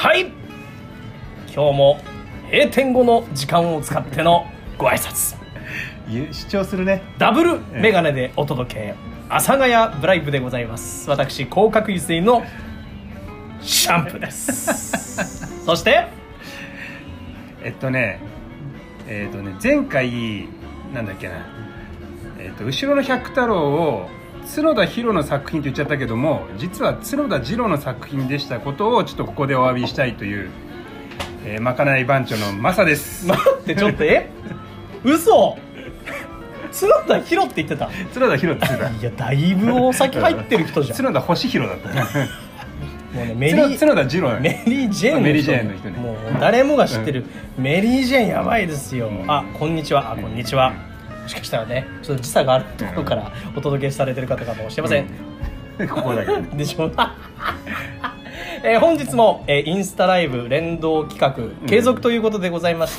はい、今日も閉店後の時間を使ってのご挨拶、 主張するね。 ダブルメガネでお届け、阿佐ヶ谷ブライブでございます。私甲殻油水のシャンプーですそして前回なんだっけな、後ろの百太郎を角田博の作品と言っちゃったけども、実は角田二郎の作品でしたことをちょっとここでお詫びしたいという、まかない番長のマサです。 待って、ちょっと嘘角田博って言ってた。 角田博って言ってた。 いや、だいぶお酒入ってる人じゃん。 角田星博だったねもうね、 角田二郎、 メリージェーンの人ね。もう誰もが知ってる、メリージェーンやばいですよ。あ、こんにちは。こんにちは。もしかしたらね、ちょっと時差があるところからお届けされてる方かもしれません、 ここだけでしょ本日も、インスタライブ連動企画継続ということでございまして、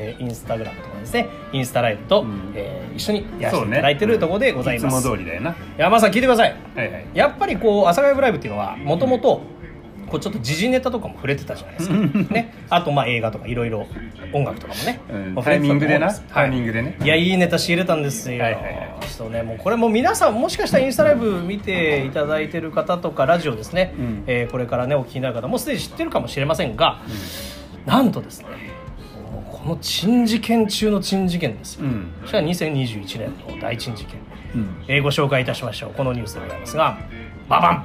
インスタグラムとかですね、インスタライブと、一緒にやらせていただいてるところでございます。 いつも通りだよな。 山さん聞いてください、 はいはい、 やっぱりこう阿佐ヶ谷ブライブっていうのはもともとこうちょっと時事ネタとかも触れてたじゃないですかね、あとまあ映画とかいろいろ音楽とかもね、 タイミングでな、タイミングでね、 いや、いいネタ仕入れたんですよ、ちょっとね、もうこれも皆さんもしかしたらインスタライブ見ていただいてる方とかラジオですね、これからねお聞きになる方もすでに知ってるかもしれませんが、なんとですね、もうこの珍事件中の珍事件ですよ、それは2021年の大珍事件、ご紹介いたしましょう。このニュースでございますが、ババン、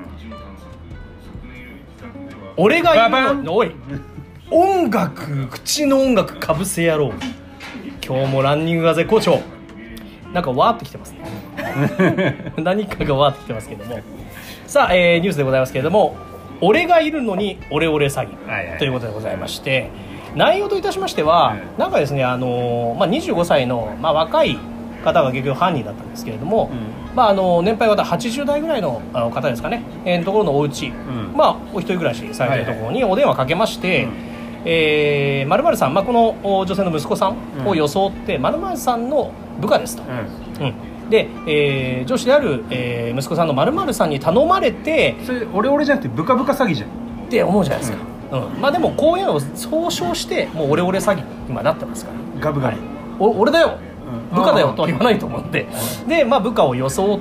俺が言うの、おい、音楽、口の音楽かぶせ野郎、今日もランニングが絶好調。なんかわーってきてますね何かがわーってきてますけども、さあ、ニュースでございますけれども、俺がいるのにオレオレ詐欺ということでございまして、内容といたしましては、なんかですね、25歳の、若い方が結局犯人だったんですけれども、年配方80代ぐらいの方ですかね、ところのお家、お一人暮らしされてるところにお電話かけまして、〇〇さん、この女性の息子さんを装って、〇〇さんの部下ですと、で、上司である、息子さんの〇〇さんに頼まれて、 それオレオレじゃなくてブカブカ詐欺じゃんって思うじゃないですか、でもこういうのを総称してもうオレオレ詐欺今なってますから、 ガブガブ、 俺だよ部下だよとは言わないと思って、で、部下を装って、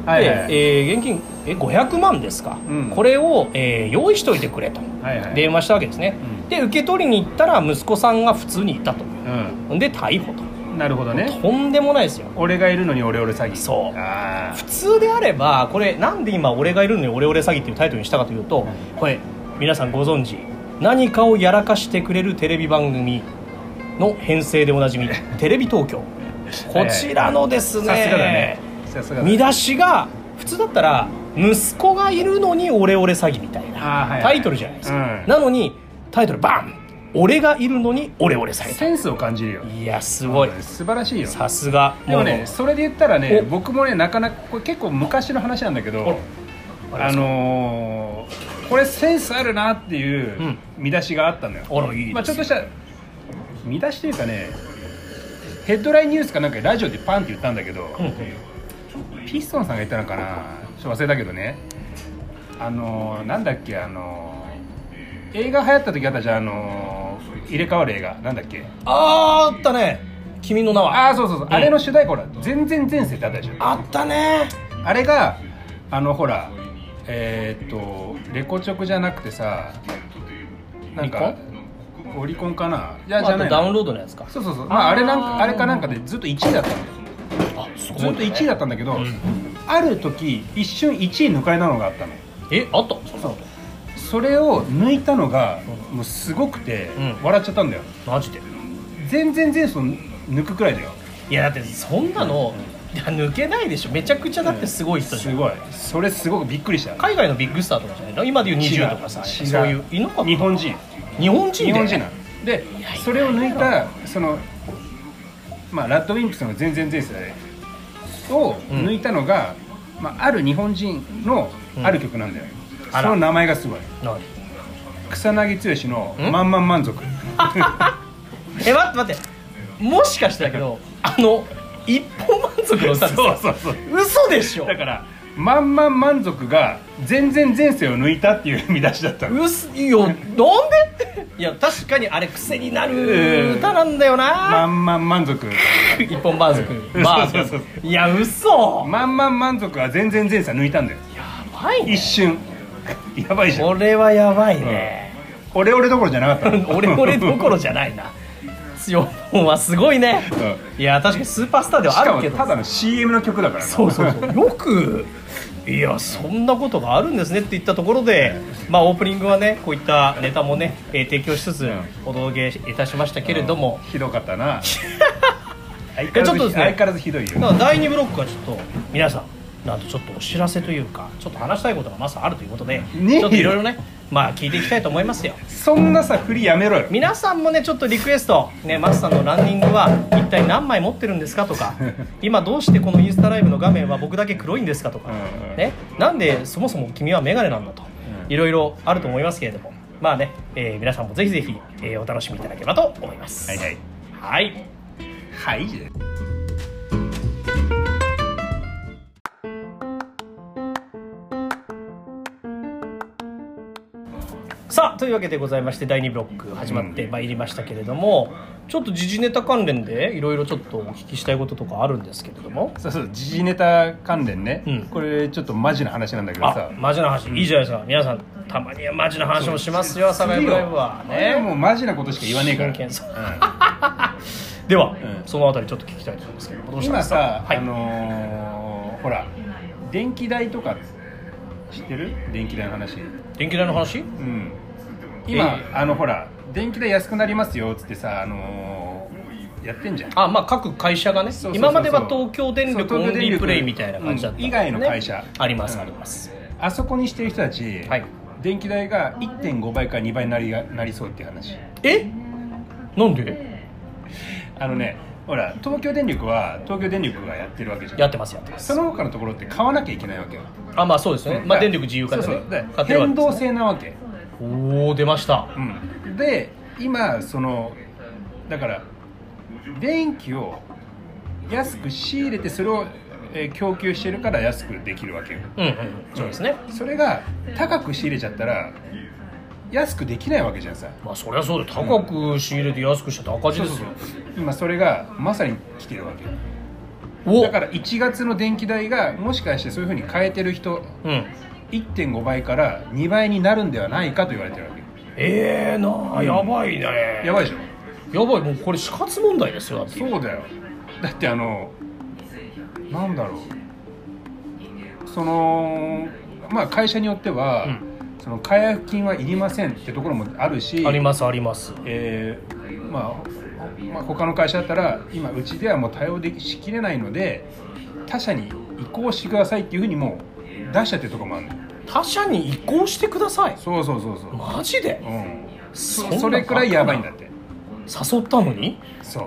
現金500万ですか、これを、用意しといてくれと電話したわけですね、で受け取りに行ったら息子さんが普通にいたと、で逮捕と。 なるほどね、 とんでもないですよ。 俺がいるのにオレオレ詐欺。 そう、普通であればこれなんで今俺がいるのにオレオレ詐欺っていうタイトルにしたかというと、これ皆さんご存知、何かをやらかしてくれるテレビ番組の編成でおなじみテレビ東京、こちらのですね、見出しが普通だったら息子がいるのにオレオレ詐欺みたいなタイトルじゃないですか、なのにタイトルバン、俺がいるのにオレオレ詐欺。 センスを感じるよ。 いや、すごい、 素晴らしいよ。 さすが。 でもね、それで言ったらね、僕もね、なかなかこれ結構昔の話なんだけど、これセンスあるなっていう見出しがあったのよ。ちょっとした見出しというかね、ヘッドラインニュースかなんかラジオでパンって言ったんだけど、ピストンさんが言ったのかな、ちょっと忘れたけどね、なんだっけ、映画流行った時あったじゃん、入れ替わる映画なんだっけ、 あったね、君の名は。 そう、あれの主題歌、全然前世ってあったでしょ。 あったね。 あれがほら、レコチョクじゃなくてさ、なんかオリコンかな、じゃない、 ダウンロードのやつか。 そう、あれかなんかでずっと1位だったんだよ。ずっと1位だったんだけど、ある時一瞬1位抜かれたのがあったの。 あった。 それを抜いたのがもうすごくて笑っちゃったんだよ。 マジで全然前走抜くくらいだよ。 いや、だってそんなの抜けないでしょ。めちゃくちゃだってすごい人じゃん。 すごい、それすごくびっくりした。 海外のビッグスターとかじゃないの、今でいう20とかさ、そういういなかった。 日本人なんで、それを抜いたそのラッドウィンプスの全然前世を抜いたのが、ある日本人のある曲なんだよ、その名前がすごい。草薙剛の「満々満足」 待ってもしかしてだけど、一本満足の歌ですか。そう嘘でしょ。 だから満々満足が全然前世を抜いたっていう見出しだったの。 いやなんでいや確かにあれ癖になる歌なんだよな。 満足一本満足そういや嘘満足は全然前さ抜いたんだよ。 やばいね、 一瞬やばいじゃん。 これはやばいね、 オレオレどころじゃなかったオレオレどころじゃないな。強本はすごいね、いや確かにスーパースターではあるけど、 しかもただの CM の曲だからな。 そうよくいやそんなことがあるんですねって言ったところで、まあオープニングはねこういったネタもね、提供しつつお届けいたしましたけれども、 ひどかったな相ちょっとですね、 変わらずひどいよ。 だから第2ブロックはちょっと皆さんなんとちょっとお知らせというかちょっと話したいことがまずあるということで、 ねえちょっといろいろねまあ聞いていきたいと思いますよ。 そんなさ振りやめろよ。 皆さんもねちょっとリクエストね、マスさんのランニングは一体何枚持ってるんですかとか今どうしてこのインスタライブの画面は僕だけ黒いんですかとか、ね、なんでそもそも君はメガネなんだと、いろいろあると思いますけれども、まあね、皆さんもぜひぜひ、お楽しみいただければと思います。 はいはいはいはいさあというわけでございまして第2ブロック始まってまいりましたけれども、ちょっと時事ネタ関連でいろいろちょっとお聞きしたいこととかあるんですけれども。 そう時事ネタ関連ね、これちょっとマジな話なんだけどさ。 マジな話、いいじゃないですか。皆さんたまにはマジな話もしますよ、サバイブライブはね。 もうマジなことしか言わねえから。 では、そのあたりちょっと聞きたいと思うんですけど、 今さ、 はい、 ほら電気代とか知ってる？電気代の話。 電気代の話？ 今ほら電気代安くなりますよっつってさやってんじゃん。 まあ各会社がね、今までは東京電力オンリープレイみたいな感じだった、 以外の会社ありますあります。 あそこにしてる人たち、電気代が 1.5 倍から2倍になりそうっていう話。 なんで？ ほら東京電力がやってるわけじゃん。 やってますその他のところって買わなきゃいけないわけよ。 まあそうですね、まあ電力自由化でね、買ってるわけですね。 変動制なわけ。 出ました。 で今だから電気を安く仕入れてそれを供給してるから安くできるわけよ。 そうですね。 それが高く仕入れちゃったら安くできないわけじゃんさ。 まあそりゃそうで、高く仕入れて安くしたって赤字ですよ。 今それがまさに来てるわけよ。だから1月の電気代がもしかしてそういうふうに変えてる人、1.5 倍から2倍になるんではないかと言われてるわけ。やばいね。やばいでしょ。 やばい、もうこれ死活問題ですよ。 そうだよ。だってなんだろう、まあ会社によっては、解約金はいりませんってところもあるし、 ありますあります。 まあ他の会社だったら今うちではもう対応しきれないので他社に移行してくださいっていうふうにもう出しちゃってるところもあるの。 他社に移行してください。 そうマジで？ それくらいやばいんだって。 誘ったのに？ そう。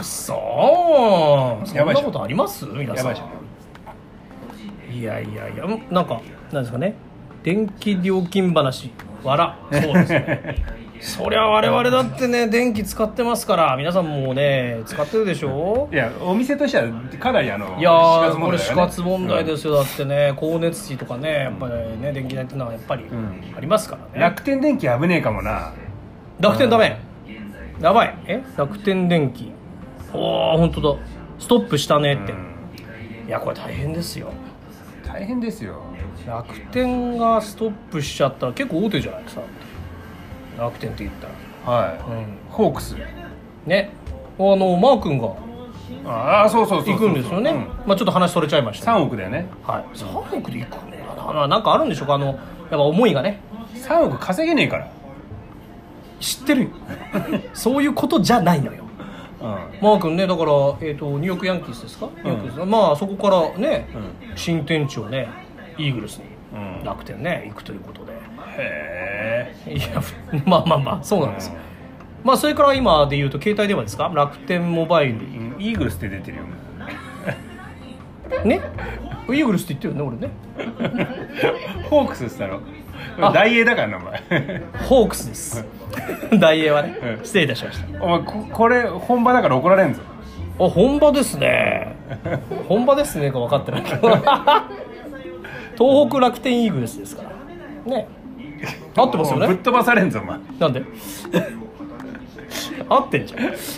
そんなことあります？皆さん。いやなんですかね、電気料金話そうですねそりゃ我々だってね電気使ってますから、皆さんもね使ってるでしょ。 いやお店としてはかなりこれ死活問題ですよ。だってね光熱費とかねやっぱりね電気代っていうのはやっぱりありますからね。楽天電気危ねえかもな。 楽天ダメ、やばい。楽天電気本当だ、ストップしたねって。いやこれ大変ですよ。 大変ですよ。 楽天がストップしちゃったら結構大手じゃないですか。楽天って言ったらホークスね、マー君がそう行くんですよね。まあちょっと話それちゃいました。 3億だよね。 3億で行くんだな。なんかあるんでしょうか。やっぱ思いがね。 3億稼げねえから。 知ってるよそういうことじゃないのよ。マー君ね、だから、ニューヨークヤンキースですか、まあそこからね、新天地をねイーグルスに楽天ね行くということで。いやまあそうなんですよ。まあそれから今で言うと携帯電話ですか、楽天モバイル。 イーグルスって出てるよね、イーグルスって言ってるよね俺ねホークスって言ったろ。大英だからなお前ホークスです大英はね、失礼いたしました。 お前これ本場だから怒られんぞ。 本場ですね本場ですねか分かってないけど東北楽天イーグルスですからね合ってますよね。 ぶっ飛ばされんぞお前。 なんで合ってんじゃん。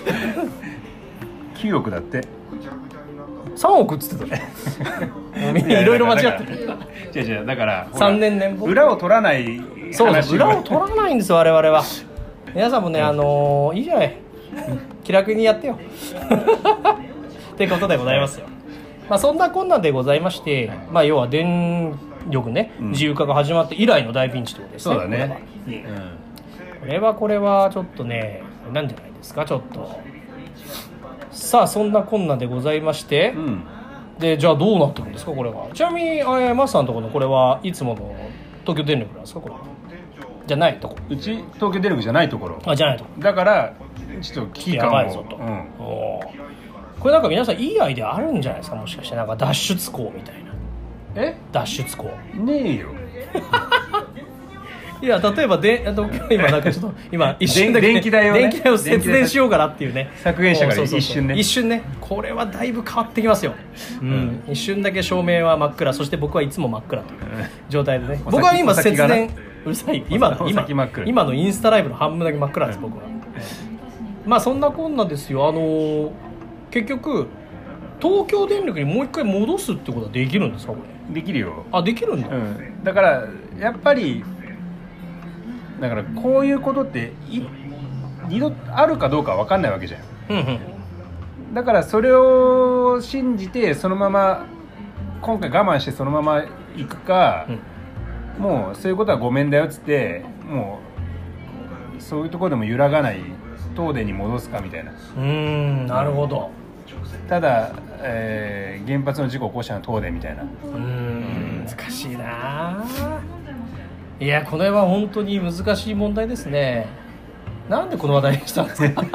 9億だって 3億っつってたね。いろいろ間違ってて。 違うだから 3年年俸裏を取らない話。 そう裏を取らないんですよ我々は。皆さんもねいいじゃない気楽にやってよってことでございますよ。まあそんなこんなでございまして、まあ要は電力ね、自由化が始まって以来の大ピンチということですね。 そうだね。 これはちょっとねなんじゃないですかちょっと。さあそんなこんなでございまして、でじゃあどうなってるんですかこれは。ちなみにマスさんのところのこれはいつもの東京電力なんですかこれ。じゃないとこ。 うち東京電力じゃないところ。 あじゃないとこ。 だからちょっと危機感を。やばいぞと。 これなんか皆さんいいアイデアあるんじゃないですかもしかしてなんか脱出口みたいな。脱出口ねえよ。 いや例えば今なんかちょっと今一瞬だけ、 電気代を節電しようかなっていうね削減したから一瞬ねこれはだいぶ変わってきますよ、一瞬だけ照明は真っ暗そして僕はいつも真っ暗という状態でね、僕は今節電うるさい今のインスタライブの半分だけ真っ暗です僕は、まあそんなこんなですよ。結局東京電力にもう一回戻すってことはできるんですかこれ。 できるよ。 あできるんだ、 だからやっぱりだからこういうことって二度あるかどうかは分かんないわけじゃん、だからそれを信じてそのまま今回我慢してそのまま行くか、もうそういうことはごめんだよっつってもうそういうところでも揺らがない東電に戻すかみたいな。 なるほど。 ただ、原発の事故を起こしたのは東電みたいな。 難しいないやこれは本当に難しい問題ですね。なんでこの話題にしたんですか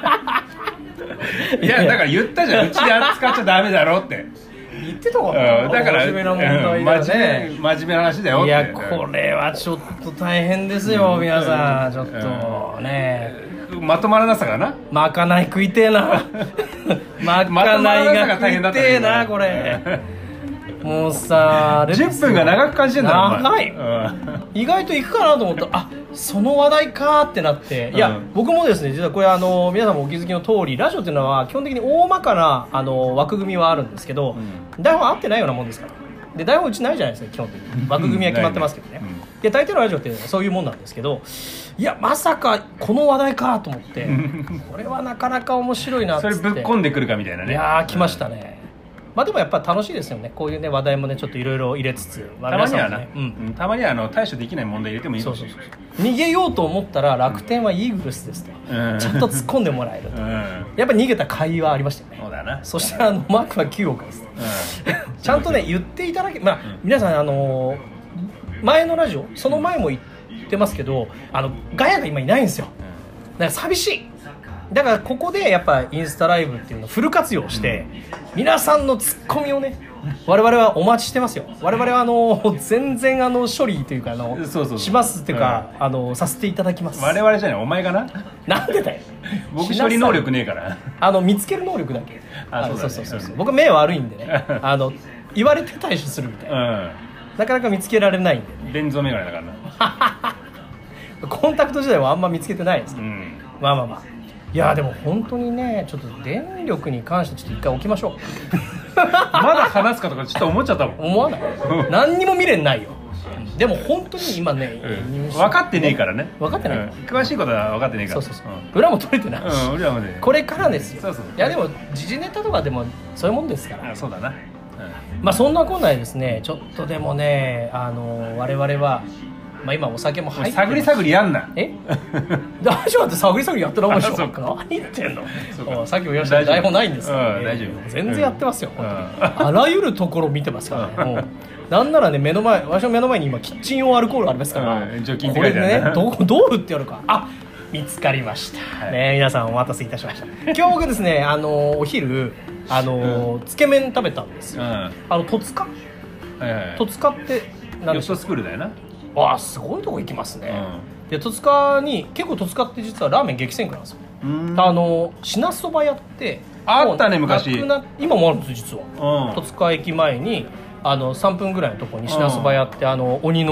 いやだから言ったじゃんうちで扱っちゃダメだろって言ってたかな、 だから真面目な問題だね、 真面目な話だよって。 いやこれはちょっと大変ですよ、皆さんちょっとね、 まとまらなさがな、 まかない食いてえなまかないが食いてえなこれもうさ 10分が長く感じてんだろ長い、意外といくかなと思ったらその話題かってなって、いや、僕もですね実はこれ皆さんもお気づきの通りラジオっていうのは基本的に大まかな枠組みはあるんですけど、台本合ってないようなもんですから。で台本うちないじゃないですか基本的に枠組みは決まってますけどね、で大抵のラジオってそういうもんなんですけど、いやまさかこの話題かと思ってこれはなかなか面白いなっつって、 それぶっ込んでくるかみたいなね。 いや来ましたね、まあでもやっぱ楽しいですよねこういうね話題もねちょっといろいろ入れつつ、 たまにはな、たまには対処できない問題入れてもいい。そう逃げようと思ったら楽天はイーグルスですと、ちゃんと突っ込んでもらえると、やっぱ逃げた甲斐はありましたよね。 そうだな。 そしてマークは9億です、ちゃんとね言っていただけ、まあ皆さん前のラジオその前も言ってますけどガヤが今いないんですよ。だから寂しい。だからここでやっぱインスタライブっていうのをフル活用して、皆さんのツッコミをね我々はお待ちしてますよ。我々は全然処理というかしますっていうか、させていただきます。 我々じゃないお前がな。 なんでだよ僕処理能力ねえから見つける能力だけ。そう僕目悪いんでね言われて対処するみたいな、なかなか見つけられないんで、 レンズメガネだからなコンタクト時代はあんま見つけてないですけど、まあいやでも本当にねちょっと電力に関してちょっと一回置きましょうまだ話すかとかちょっと思っちゃったもん。 思わない何にも未練ないよ。でも本当に今ね、 分かってねえからね。 分かってない、 詳しいことは分かってねえから。 裏も取れてない、 裏もねこれからですよ。いやでも時事ネタとかでもそういうもんですから。 そうだな。 まあそんなこんなでですねちょっとでもね我々はまあ今お酒も入って探り探りやんな。 大丈夫だって探り探りやってるわけでしょ。何言ってんの。さっきも言いましたけど台本ないんですよ。 大丈夫。 全然やってますよ。あらゆるところ見てますからね。なんならね私の目の前に今キッチン用アルコールありますから、これでねどう打ってやるか。見つかりましたね。皆さんお待たせいたしました。今日僕ですねお昼つけ麺食べたんですよ。戸塚って何でしょう。スクールだよな。 すごいとこ行きますね。で戸塚に結構戸塚って実はラーメン激戦区なんですよ。品そば屋ってあったね昔。 今もあるんです実は。戸塚駅前に3分ぐらいのとこに品そば屋って鬼のね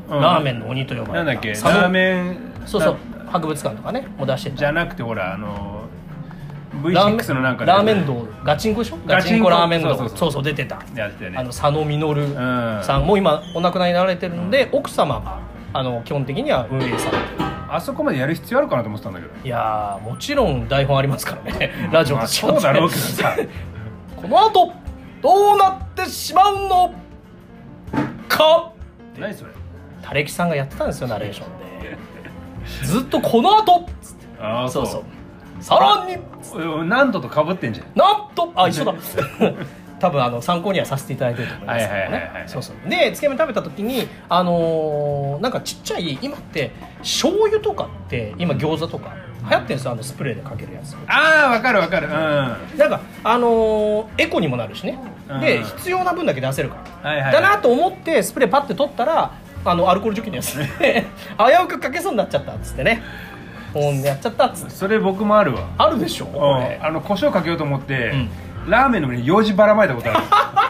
ラーメンの鬼と呼ばれたなんだっけラーメンそう博物館とかねもう出してたじゃなくてほらV6 のなんかラーメン道ガチンコでしょガチンコラーメン道そう出てたやってね佐野実さんも今お亡くなりになられてるんで奥様が基本的には運営されてるあそこまでやる必要あるかなと思ってたんだけどいやもちろん台本ありますからねラジオと違って、 そうだろうけどさこの後どうなってしまうのか何それタレキさんがやってたんですよナレーションでずっとこの後そうさらに何度と被ってんじゃんなんと一緒だ多分参考にはさせていただいてると思いますけどねそうでつけ麺食べた時になんかちっちゃい今って醤油とかって今餃子とか流行ってるんですよスプレーでかけるやつわかるなんかエコにもなるしねで必要な分だけ出せるからだなと思ってスプレーパッて取ったらアルコール除菌のやつで危うくかけそうになっちゃったっつってねやっちゃったっつってそれ僕もあるわあるでしょこれ胡椒かけようと思ってラーメンの上にようじばらまいたことある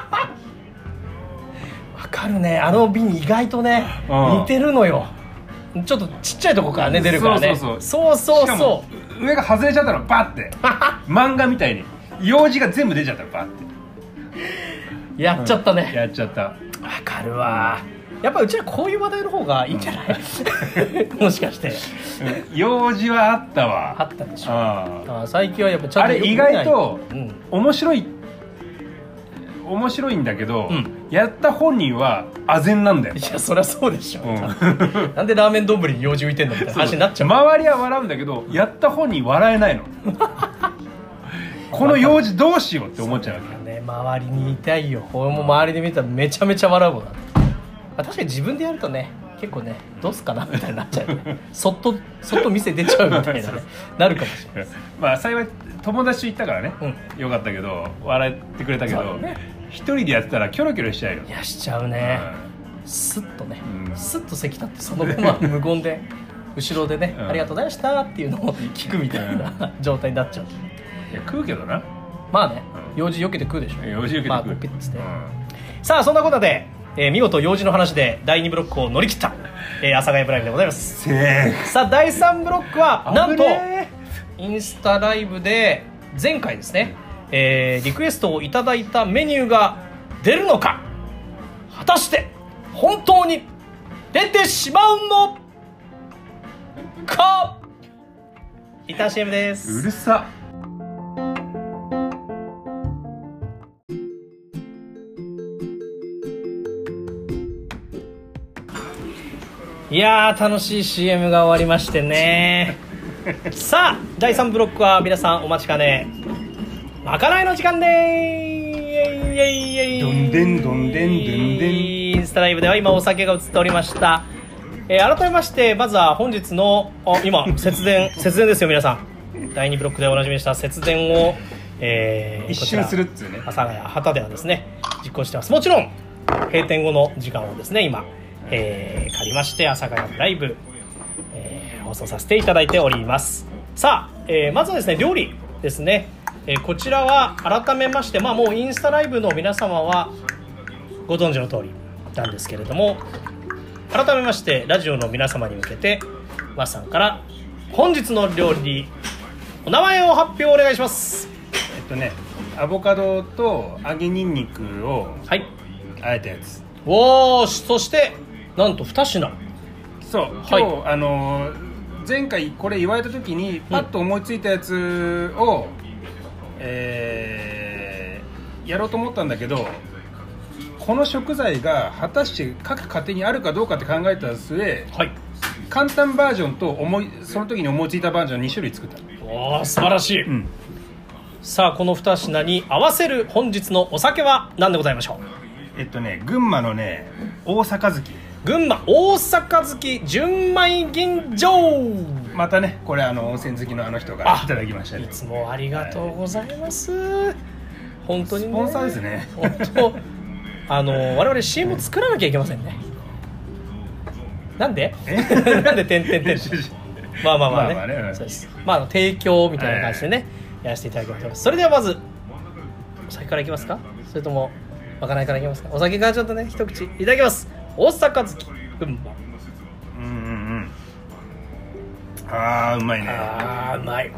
わかるね瓶意外とね似てるのよちょっとちっちゃいとこからね出るからねそうしかも上が外れちゃったのバッて漫画みたいにようじが全部出ちゃったのバッてやっちゃったねやっちゃったわかるわやっぱうちらこういう話題の方がいいんじゃないもしかして用事はあったわあったでしょ最近はやっぱちゃんとあれ意外と面白いんだけど、やった本人は唖然なんだよいやそりゃそうでしょ、なんでラーメン丼に用事浮いてんのみたいな話になっちゃう周りは笑うんだけどやった本人笑えないのこの用事どうしようって思っちゃうわけね周りにいたいよ俺も周りで見たらめちゃめちゃ笑うもん確かに自分でやるとね結構ねどうすかなみたいになっちゃうよねそっと店出ちゃうみたいなねなるかもしれない幸い友達と行ったからね、よかったけど笑ってくれたけど、一人でやってたらキョロキョロしちゃうよいやしちゃうね、スッとね、スッと席立ってそのまま無言で後ろでね、ありがとうございましたっていうのを聞くみたいな状態になっちゃういや食うけどなまあね用事避けて食うでしょ用事避けて食う、 ピッつって、さあそんなことで見事用事の話で第2ブロックを乗り切った、阿佐ヶ谷ブライブでございます。さあ第3ブロックはなんとインスタライブで前回ですね、リクエストをいただいたメニューが出るのか果たして本当に出てしまうのか。一旦 CM です。 うるさ。 いやー楽しい CM が終わりましてねさあ第3ブロックは皆さんお待ちかねまかないの時間でーどんでんどんでんどんでん。 インスタライブでは今お酒が映っておりました。改めましてまずは本日の今節電ですよ皆さん。第2ブロックでおなじみした節電を、 一瞬するっつうね。 阿佐ヶ谷旗ではですね実行してます。もちろん閉店後の時間をですね今借りまして阿佐ヶ谷ライブ、放送させていただいております。さあ、まずはですね料理ですね、こちらは改めましてもうインスタライブの皆様はご存知の通りなんですけれども改めましてラジオの皆様に向けてマスさんから本日の料理お名前を発表お願いします。 アボカドと揚げニンニクをあえたやつ、 おーそしてなんと2品そう今日、前回これ言われた時にパッと思いついたやつを、やろうと思ったんだけどこの食材が果たして各家庭にあるかどうかって考えた末、簡単バージョンとその時に思いついたバージョン2種類作った。 おー素晴らしい、さあこの2品に合わせる本日のお酒は何でございましょう。 群馬のね大阪月、 群馬大阪月純米吟醸。 またねこれ温泉好きの人がいただきましたね。 いつもありがとうございます、本当にねスポンサーですね。 本当我々 CM 作らなきゃいけませんね。なんでなんで点々点まあねそうです。提供みたいな感じでね、やらせていただきたいと思います。それではまずお酒からいきますか、それともまかないからいきますか。お酒からちょっとね一口いただきます。大阪月群馬あーうまいね。 あーうまい。う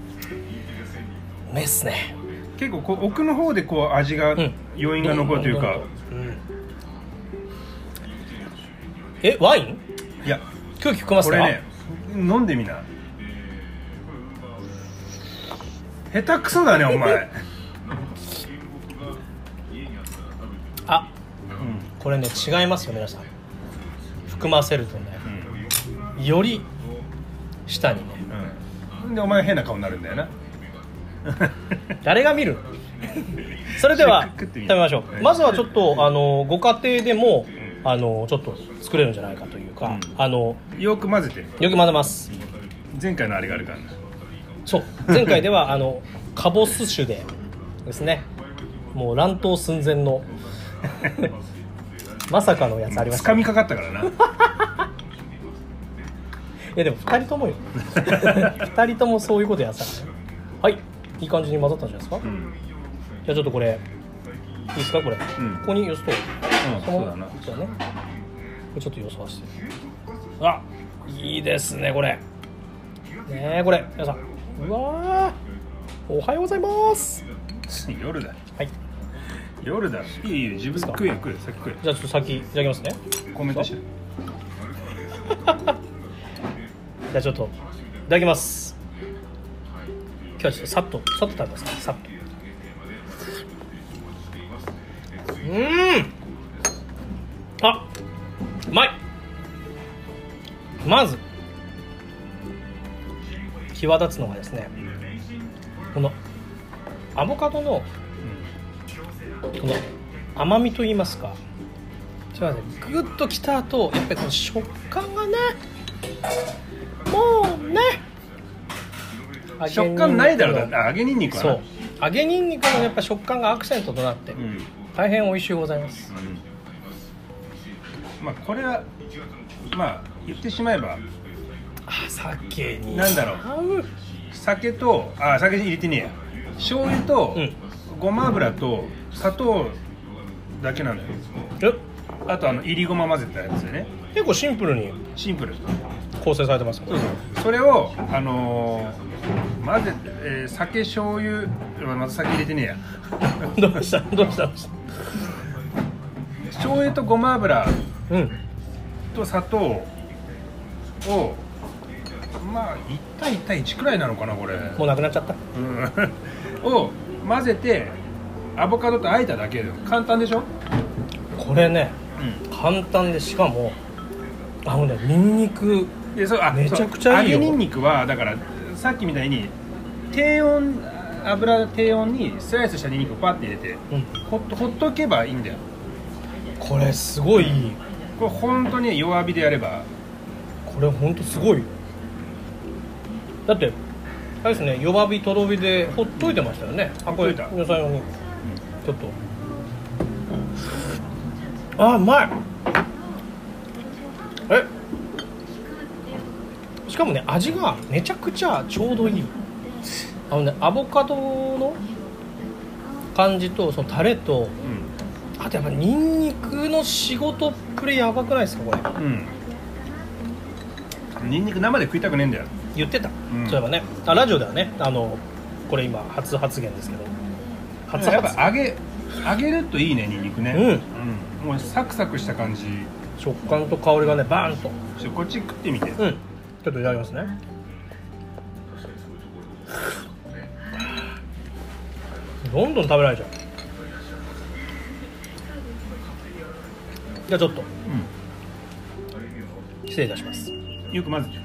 めえっすね。 結構こう奥の方でこう味が、余韻が残るというか、 ワイン？ いや空気含ませた。 これね飲んでみな。下手くそだねお前。 あ、これね違いますよ皆さん。含ませるとね、より下にね、 でお前変な顔になるんだよな。 誰が見る？それでは食べましょう。まずはちょっとご家庭でもちょっと作れるんじゃないかというか、 よく混ぜて。 よく混ぜます。 前回のあれがあるからな。 そう前回ではカボス酒でですね、もう乱闘寸前のまさかのやつありました。 掴みかかったからな。いやでも2人ともよ。2人ともそういうことやってたからね。はい、いい感じに混ざったんじゃないですか。じゃあちょっとこれいいですかこれ、ここによすと、 そうだな。 そうだね。これちょっとよさせて。あ、いいですねこれ。ねえこれ皆さん、うわー、おはようございます。 夜だ。 はい。 夜だ。いい自分食え先食え。 じゃあちょっと先いただきますね。 コメントして。 じゃあちょっといただきます。今日はちょっとさっと食べますか。さっと。あ、うまい。まず際立つのがですね、このアボカドのこの甘みといいますか、それはねグッときた後、やっぱりこの食感がね、もうね、 食感ないだろうな。揚げニンニクは。 そう、揚げニンニクのやっぱ食感がアクセントとなって、大変美味しいございます。 まあこれはまあ言ってしまえば酒になんだろう、酒と酒入れてねえや、醤油と、ごま油と砂糖だけなんだよ。あといりごま混ぜたやつでね。 結構シンプルに構成されてます。 それを混ぜて、酒醤油、まず酒入れてねえや。 どうした醤油とごま油、と砂糖をまあ1対1対1くらいなのかなこれ。 もうなくなっちゃった。 を混ぜてアボカドと和えただけで簡単でしょこれね。簡単で、しかもニンニクめちゃくちゃいいよ。 揚げニンニクはだからさっきみたいに油低温にスライスしたニンニクをパッて入れて、ほっとけばいいんだよ。これすごいいい。 これ本当に弱火でやれば、 これ本当すごい。だってあれですね、弱火とろ火でほっといてましたよね。これ皆さん用にちょっとうまい。しかもね、味がめちゃくちゃちょうどいい。アボカドの感じとそのタレと、あとやっぱニンニクの仕事っぷりやばくないですかこれ。 ニンニク生で食いたくねえんだよ。 言ってた、そういえばね。ラジオではね、これ今初発言ですけど、 やっぱ揚げるといいね、ニンニクね。もうサクサクした感じ、 食感と香りがねバーンと。 こっち食ってみて。 ちょっといただきますね。どんどん食べられちゃう。じゃあちょっと、失礼いたします。 よく混ぜて。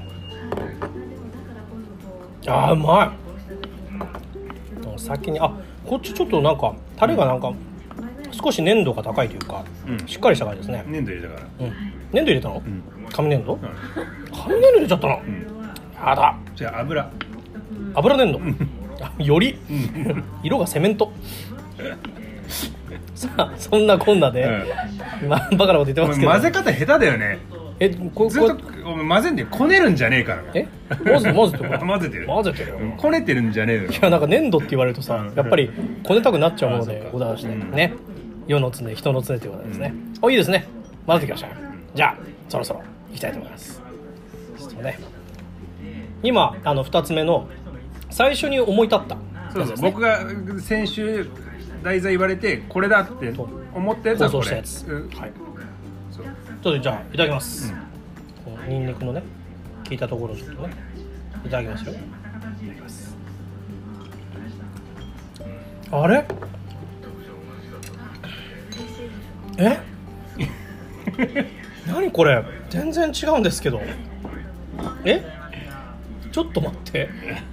うまい。先にこっちちょっとなんかタレがなんか少し粘度が高いというか、しっかりした感じですね。 粘土入れたから。 粘土入れたの？紙粘土？紙粘土入れちゃったの？やだ。 じゃあ油粘土。より色がセメント。さあそんなこんなで、バカなこと言ってますけど、 混ぜ方下手だよね。ずっと混ぜんでこねるんじゃねえから。 混ぜてる混ぜてるよ。こねてるんじゃねえよ。 いやなんか粘土って言われるとさ、やっぱりこねたくなっちゃうものでございましてね。世の常人の常ということですね。いいですね。混ぜてきました。じゃあそろそろいきたいと思います。ちょっとね。 今2つ目の最初に思い立った、 そうそう、僕が先週題材言われてこれだって思ったやつはこれ、 放送したやつ、はい、そうちょっとじゃあいただきます、このニンニクのね効いたところをちょっとねいただきますよ。いただきます。あれ何これ、全然違うんですけど、ちょっと待って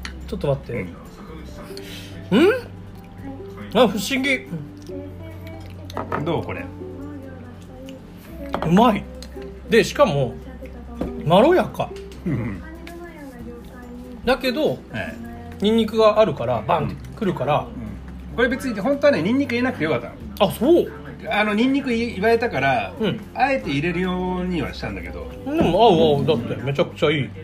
不思議。 どうこれ、 うまい。でしかもまろやかだけど、ニンニクがあるからバンってくるから、 これ別に本当はねニンニク入れなくてよかったの。 あ、そう。 ニンニク言われたから、あえて入れるようにはしたんだけど、 でも合うだってめちゃくちゃいい。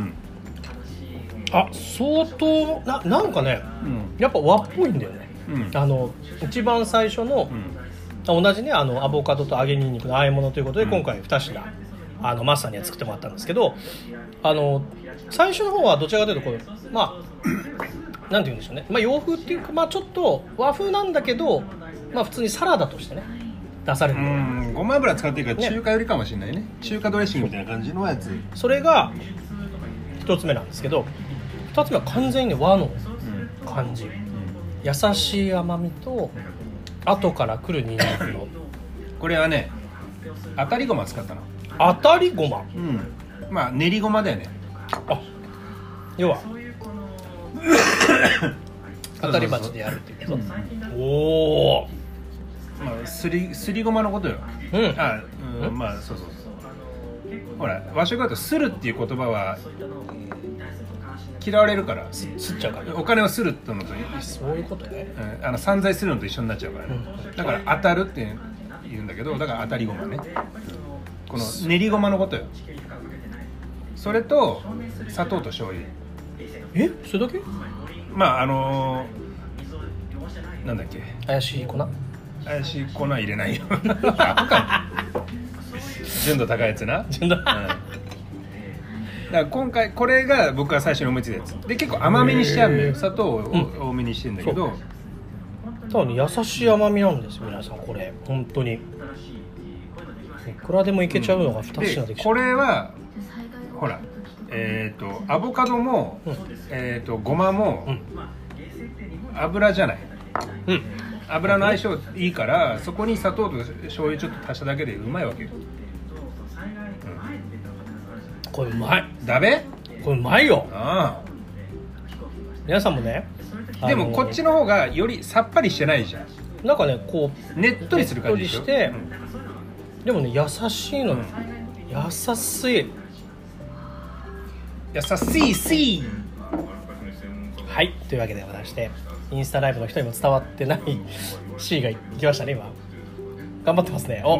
相当なんかね、やっぱ和っぽいんだよね、一番最初の、同じねアボカドと揚げニンニクの和え物ということで、今回2品マスターには作ってもらったんですけど、最初の方はどちらかというとこうなんて言うんでしょうね、洋風っていうか、ちょっと和風なんだけど、普通にサラダとしてね出される。 ごま油使ってるから中華よりかもしれないね、中華ドレッシングみたいな感じのやつ。 それが1つ目なんですけど、2つ目は完全に、和の感じ、優しい甘みと後から来るニンニクのこれはね当たりごま使ったの。 当たりごま、 練りごまだよね。 要は当たり鉢でやるっていうこと。おお、 すりごまのことよ。そうほら和食だとするっていう言葉は嫌われるから、 すっちゃうから、 お金をするってのとそういうことね、 散財するのと一緒になっちゃうからね、だから当たるって言うんだけど、だから当たりごまね、この練りごまのことよ。それと砂糖と醤油。 それだけ？ なんだっけ、 怪しい粉入れないよ純度高いやつな。だから今回これが僕が最初に思いついたやつで、結構甘めにしちゃうんだよ。砂糖を多めにしてるんだけど、 多分優しい甘みなんですよ皆さん。これ本当にいくらでもいけちゃうのが2品できちゃう。 これはほらアボカドも、ごまも、油じゃない、油の相性いいから、そこに砂糖と醤油ちょっと足しただけでうまいわけよ。 これうまい。 だべ？ これうまいよ。皆さんもね、 でもこっちの方がよりさっぱりしてないじゃん。 なんかねこうねっとりする感じでしょ。 でもね優しいのよ、優しいはい、というわけでございまして、インスタライブの人にも伝わってない C がいきましたね。今頑張ってますね。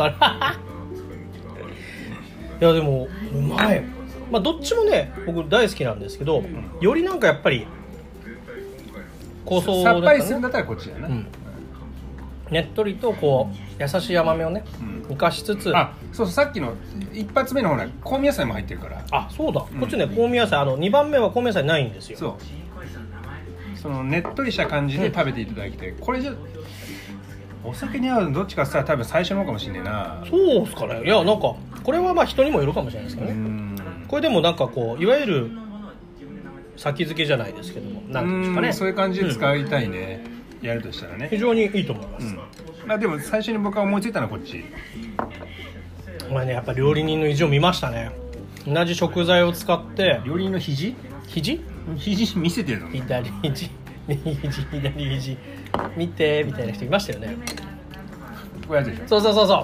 いやでもうまい。どっちもね僕大好きなんですけど、よりなんかやっぱり香草、 さっぱりするんだったらこっちだな、 ねっとりとこう優しい甘みをね生かしつつ、 そうさっきの一発目のほら香味野菜も入ってるから。 そうだ、こっちね香味野菜、2番目は香味野菜ないんですよ。 そのねっとりした感じで食べていただきたい。これじゃお酒に合うのどっちかって言ったら多分最初の方かもしれないな。そうっすかね。 いやなんかこれは人にもよるかもしれないですけどね。これでもなんかこういわゆる先付けじゃないですけども、なんていうんですかね、 そういう感じで使いたいね、やるとしたらね。非常にいいと思います、 でも最初に僕が思いついたのはこっち。 お前ねやっぱ料理人の意地を見ましたね。同じ食材を使って。 料理人の肘見せてるの。 左肘見てみたいな人いましたよね。 こうやってでしょ。そう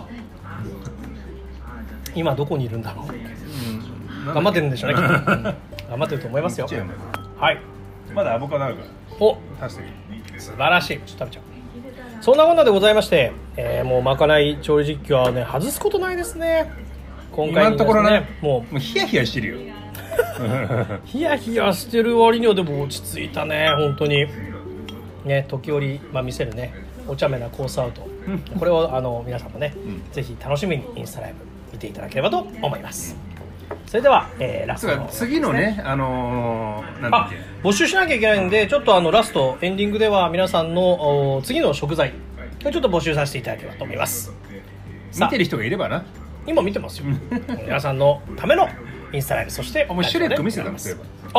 今どこにいるんだろう、頑張ってるんでしょうね頑張ってると思いますよ。はい、 まだアボカドあるから。 素晴らしい。ちょっと食べちゃう。そんなこんなでございまして、もうまかない調理実況はね外すことないですね。今回のところね、 もうヒヤヒヤしてるよヒヤヒヤしてる割にはでも落ち着いたね本当にね。時折、見せるねお茶目なコースアウト、これを皆さんもね、ぜひ楽しみにインスタライブ見ていただければと思います。 それでは、ラストの、 次のね、なんだっけ、 募集しなきゃいけないんで、ちょっとラストエンディングでは皆さんの次の食材ちょっと募集させていただければと思います。 見てる人がいればな。 今見てますよ皆さんのためのインスタライブ、そしてもうシュレック見せたんですよ。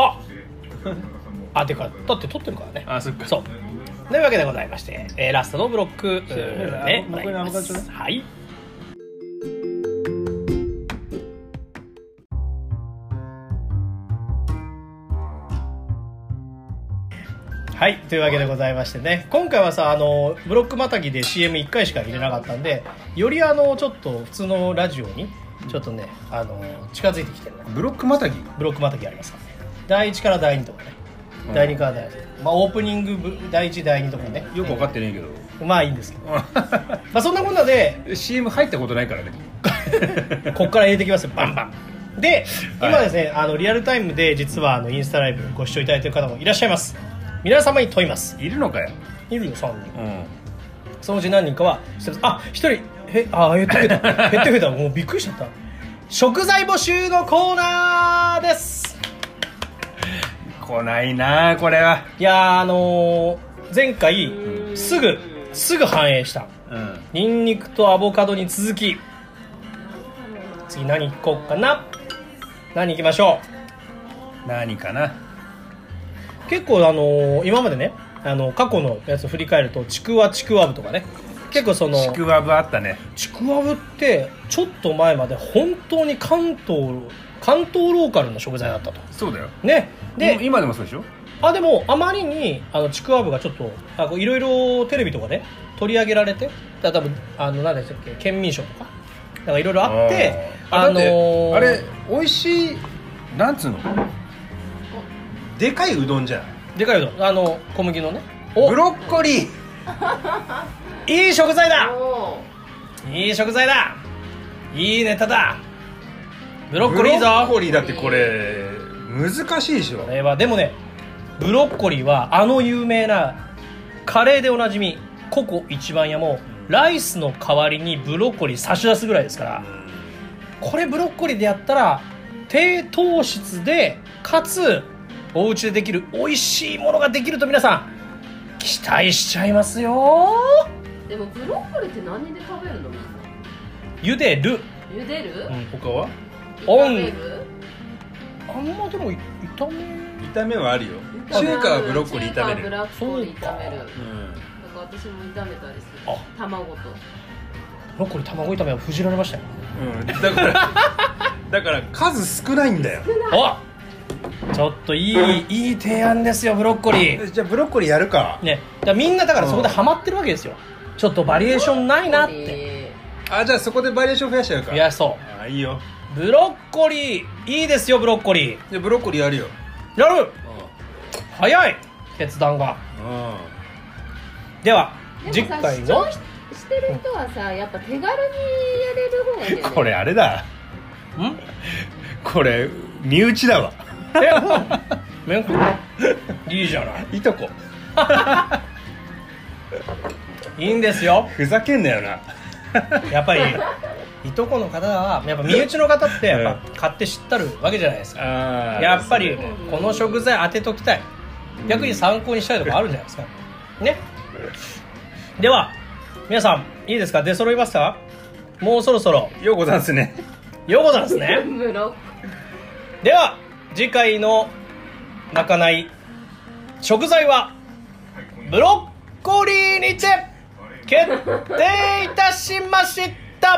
てかだって撮ってるからね。 そっか。 そうというわけでございまして、ラストのブロックでございます。はい。はい、というわけでございましてね、今回はさブロックまたぎで CM1 回しか入れなかったんで、よりちょっと普通のラジオにちょっとね近づいてきてる。 ブロックまたぎありますからね。第1から第2とかね、第2から第2、オープニング第1第2とかね、 よく分かってないけど、 まあいいんですけどそんなこんなで CM 入ったことないからねこっから入れてきますよ、バンバンで。今ですね、リアルタイムで実はインスタライブご視聴いただいている方もいらっしゃいます。皆様に問います。 いるのかよ。 いるよ、3人、そのうち何人かは1人減って増えたもうびっくりしちゃった。食材募集のコーナーです。 来ないなこれは。 いや前回すぐ反映した、ニンニクとアボカドに続き、次何行こうかな。何行きましょう。何かな。 結構今までね過去のやつを振り返るとちくわぶとかね、結構ちくわぶあったね。 ちくわぶってちょっと前まで本当に関東ローカルの食材だったと。 そうだよね。で今でもそうでしょ。 でもあまりにちくわぶがちょっといろいろテレビとかで取り上げられて、多分何でしたっけ、県民賞とかいろいろあって、 あれ美味しい、なんつうの、でかいうどんじゃん。 でかいうどん、小麦のね。 ブロッコリー、いい食材だ、いい食材だ、いいネタだ。ブロッコリーぞ。 ブロッコリーだってこれ難しいでしょ。 これはでもね、ブロッコリーは有名なカレーでおなじみココ一番屋もライスの代わりにブロッコリー差し出すぐらいですから、これブロッコリーでやったら低糖質でかつお家でできる美味しいものができると皆さん期待しちゃいますよ。 でもブロッコリーって何で食べるの？みんな茹でる、 他は炒める？ あんまでも炒めはあるよ。中華はブロッコリー炒める。 ブロッコリー炒める。だから私も炒めたりする。卵と。 ブロッコリー卵炒めは封じられましたよ。 だから数少ないんだよ。 ちょっといい提案ですよ、ブロッコリー。 じゃあブロッコリーやるかね。みんなだからそこでハマってるわけですよ。ちょっとバリエーションないなって。 じゃあそこでバリエーション増やしちゃうか。 増やそう。 いいよ。 ブロッコリーいいですよ。ブロッコリー。 でブロッコリーやるよ。 やる。早い決断が。では次回のしてる人はさ、やっぱ手軽にやれる方がいいよね。 これあれだ。これ身内だわ。 いいじゃない。 いとこ。 いいんですよ。 ふざけんなよな。 やっぱりいとこの方はやっぱ身内の方ってやっぱ買って知ったるわけじゃないですか。やっぱりこの食材当てときたい、逆に参考にしたいとかあるんじゃないですかね。では皆さんいいですか、出揃いますか。もうそろそろようござんすね。 ようござんすね。では次回のまかない食材はブロッコリーにて決定いたしました。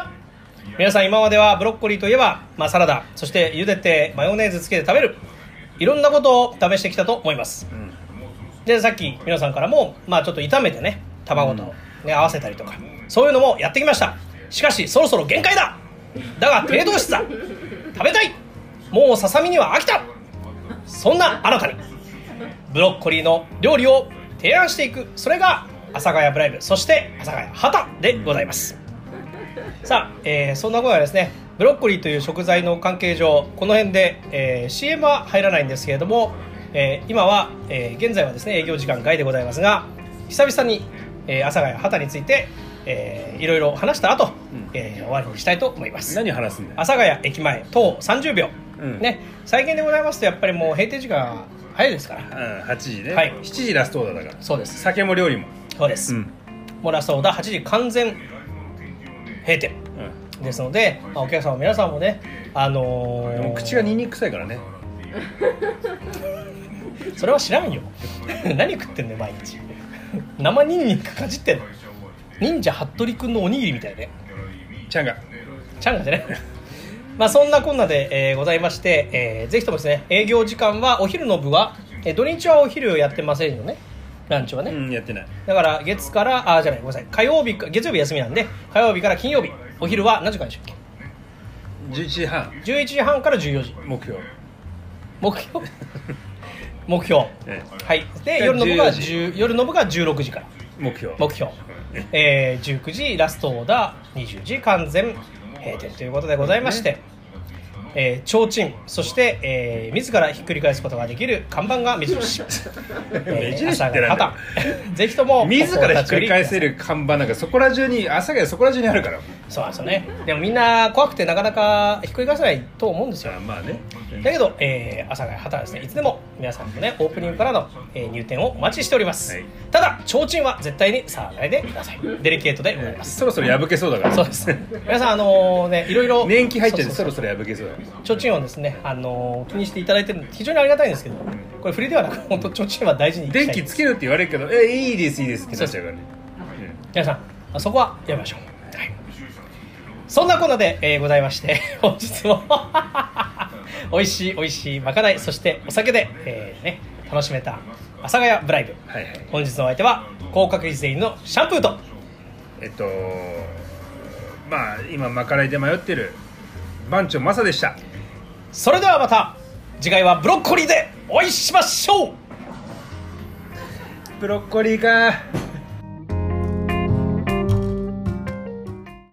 皆さん今まではブロッコリーといえば、サラダ、そして茹でてマヨネーズつけて食べる、いろんなことを試してきたと思います。でさっき皆さんからも、ちょっと炒めてね、卵と、合わせたりとか、そういうのもやってきました。しかしそろそろ限界だ。だが低糖質だ、食べたい、もうささみには飽きた。そんなあなたにブロッコリーの料理を提案していく、それが阿佐ヶ谷ブライブ、そして阿佐ヶ谷畑でございます。さあ、そんなことはですね、ブロッコリーという食材の関係上この辺で、CM は入らないんですけれども、今は、現在はですね営業時間外でございますが、久々に、阿佐ヶ谷畑について、いろいろ話した後、終わりにしたいと思います。 何話すんだよ。 阿佐ヶ谷駅前徒歩30秒、 ね、最近でございますとやっぱりもう閉店時間早いですから、 8時ね、 はい、 7時ラストオーダーだから。 そうです。 酒も料理もそうです、もうラストオーダー8時完全閉店、ですので、お客様皆さんもね、でも口がニンニク臭いからねそれは知らんよ何食ってんのよ毎日生ニンニクかじってんの。忍者服部くんのおにぎりみたいね。 チャンガじゃないまあそんなこんなで、ございまして、ぜひともですね、営業時間はお昼の部は、土日はお昼やってませんよね、ランチはね、 やってない。 だから月からじゃない、ごめんなさい、火曜日か月曜日休みなんで、火曜日から金曜日お昼は何時からでしたっけ。 11時半 11時半から14時目標はい。で夜の部が16時から目標、19時ラストオーダー、20時完全閉店ということでございまして、提灯、そして、自らひっくり返すことができる看板が目印目印ってなんだぜひとも自らひっくり返せる看板なんかそこら中に、阿佐ヶ谷そこら中にあるから。 そうなんですよね。でもみんな怖くてなかなかひっくり返せないと思うんですよ。 まあね。 だけど、阿佐ヶ谷旗はですね、いつでも皆さんのねオープニングからの、入店をお待ちしております、ただ提灯は絶対に触らないでください。デリケートでございます。 そろそろ破けそうだから。 そうです。皆さんいろいろ年季入っちゃってそろそろ破けそうだ。 提灯をですね、気にしていただいてるので非常にありがたいんですけど、これ振りではなく本当提灯は大事にいきたい。 電気つけるって言われるけど、いいですってなっちゃうからね。 皆さんそこはやめましょう、はい、そんなこんなで、ございまして本日もおいしいまかない、そしてお酒で、楽しめた阿佐ヶ谷ブライブ、本日のお相手は高確率でいいのシャンプーとまあ今まかないで迷ってる番長マサでした。 それではまた次回はブロッコリーでお会いしましょう。 ブロッコリーか。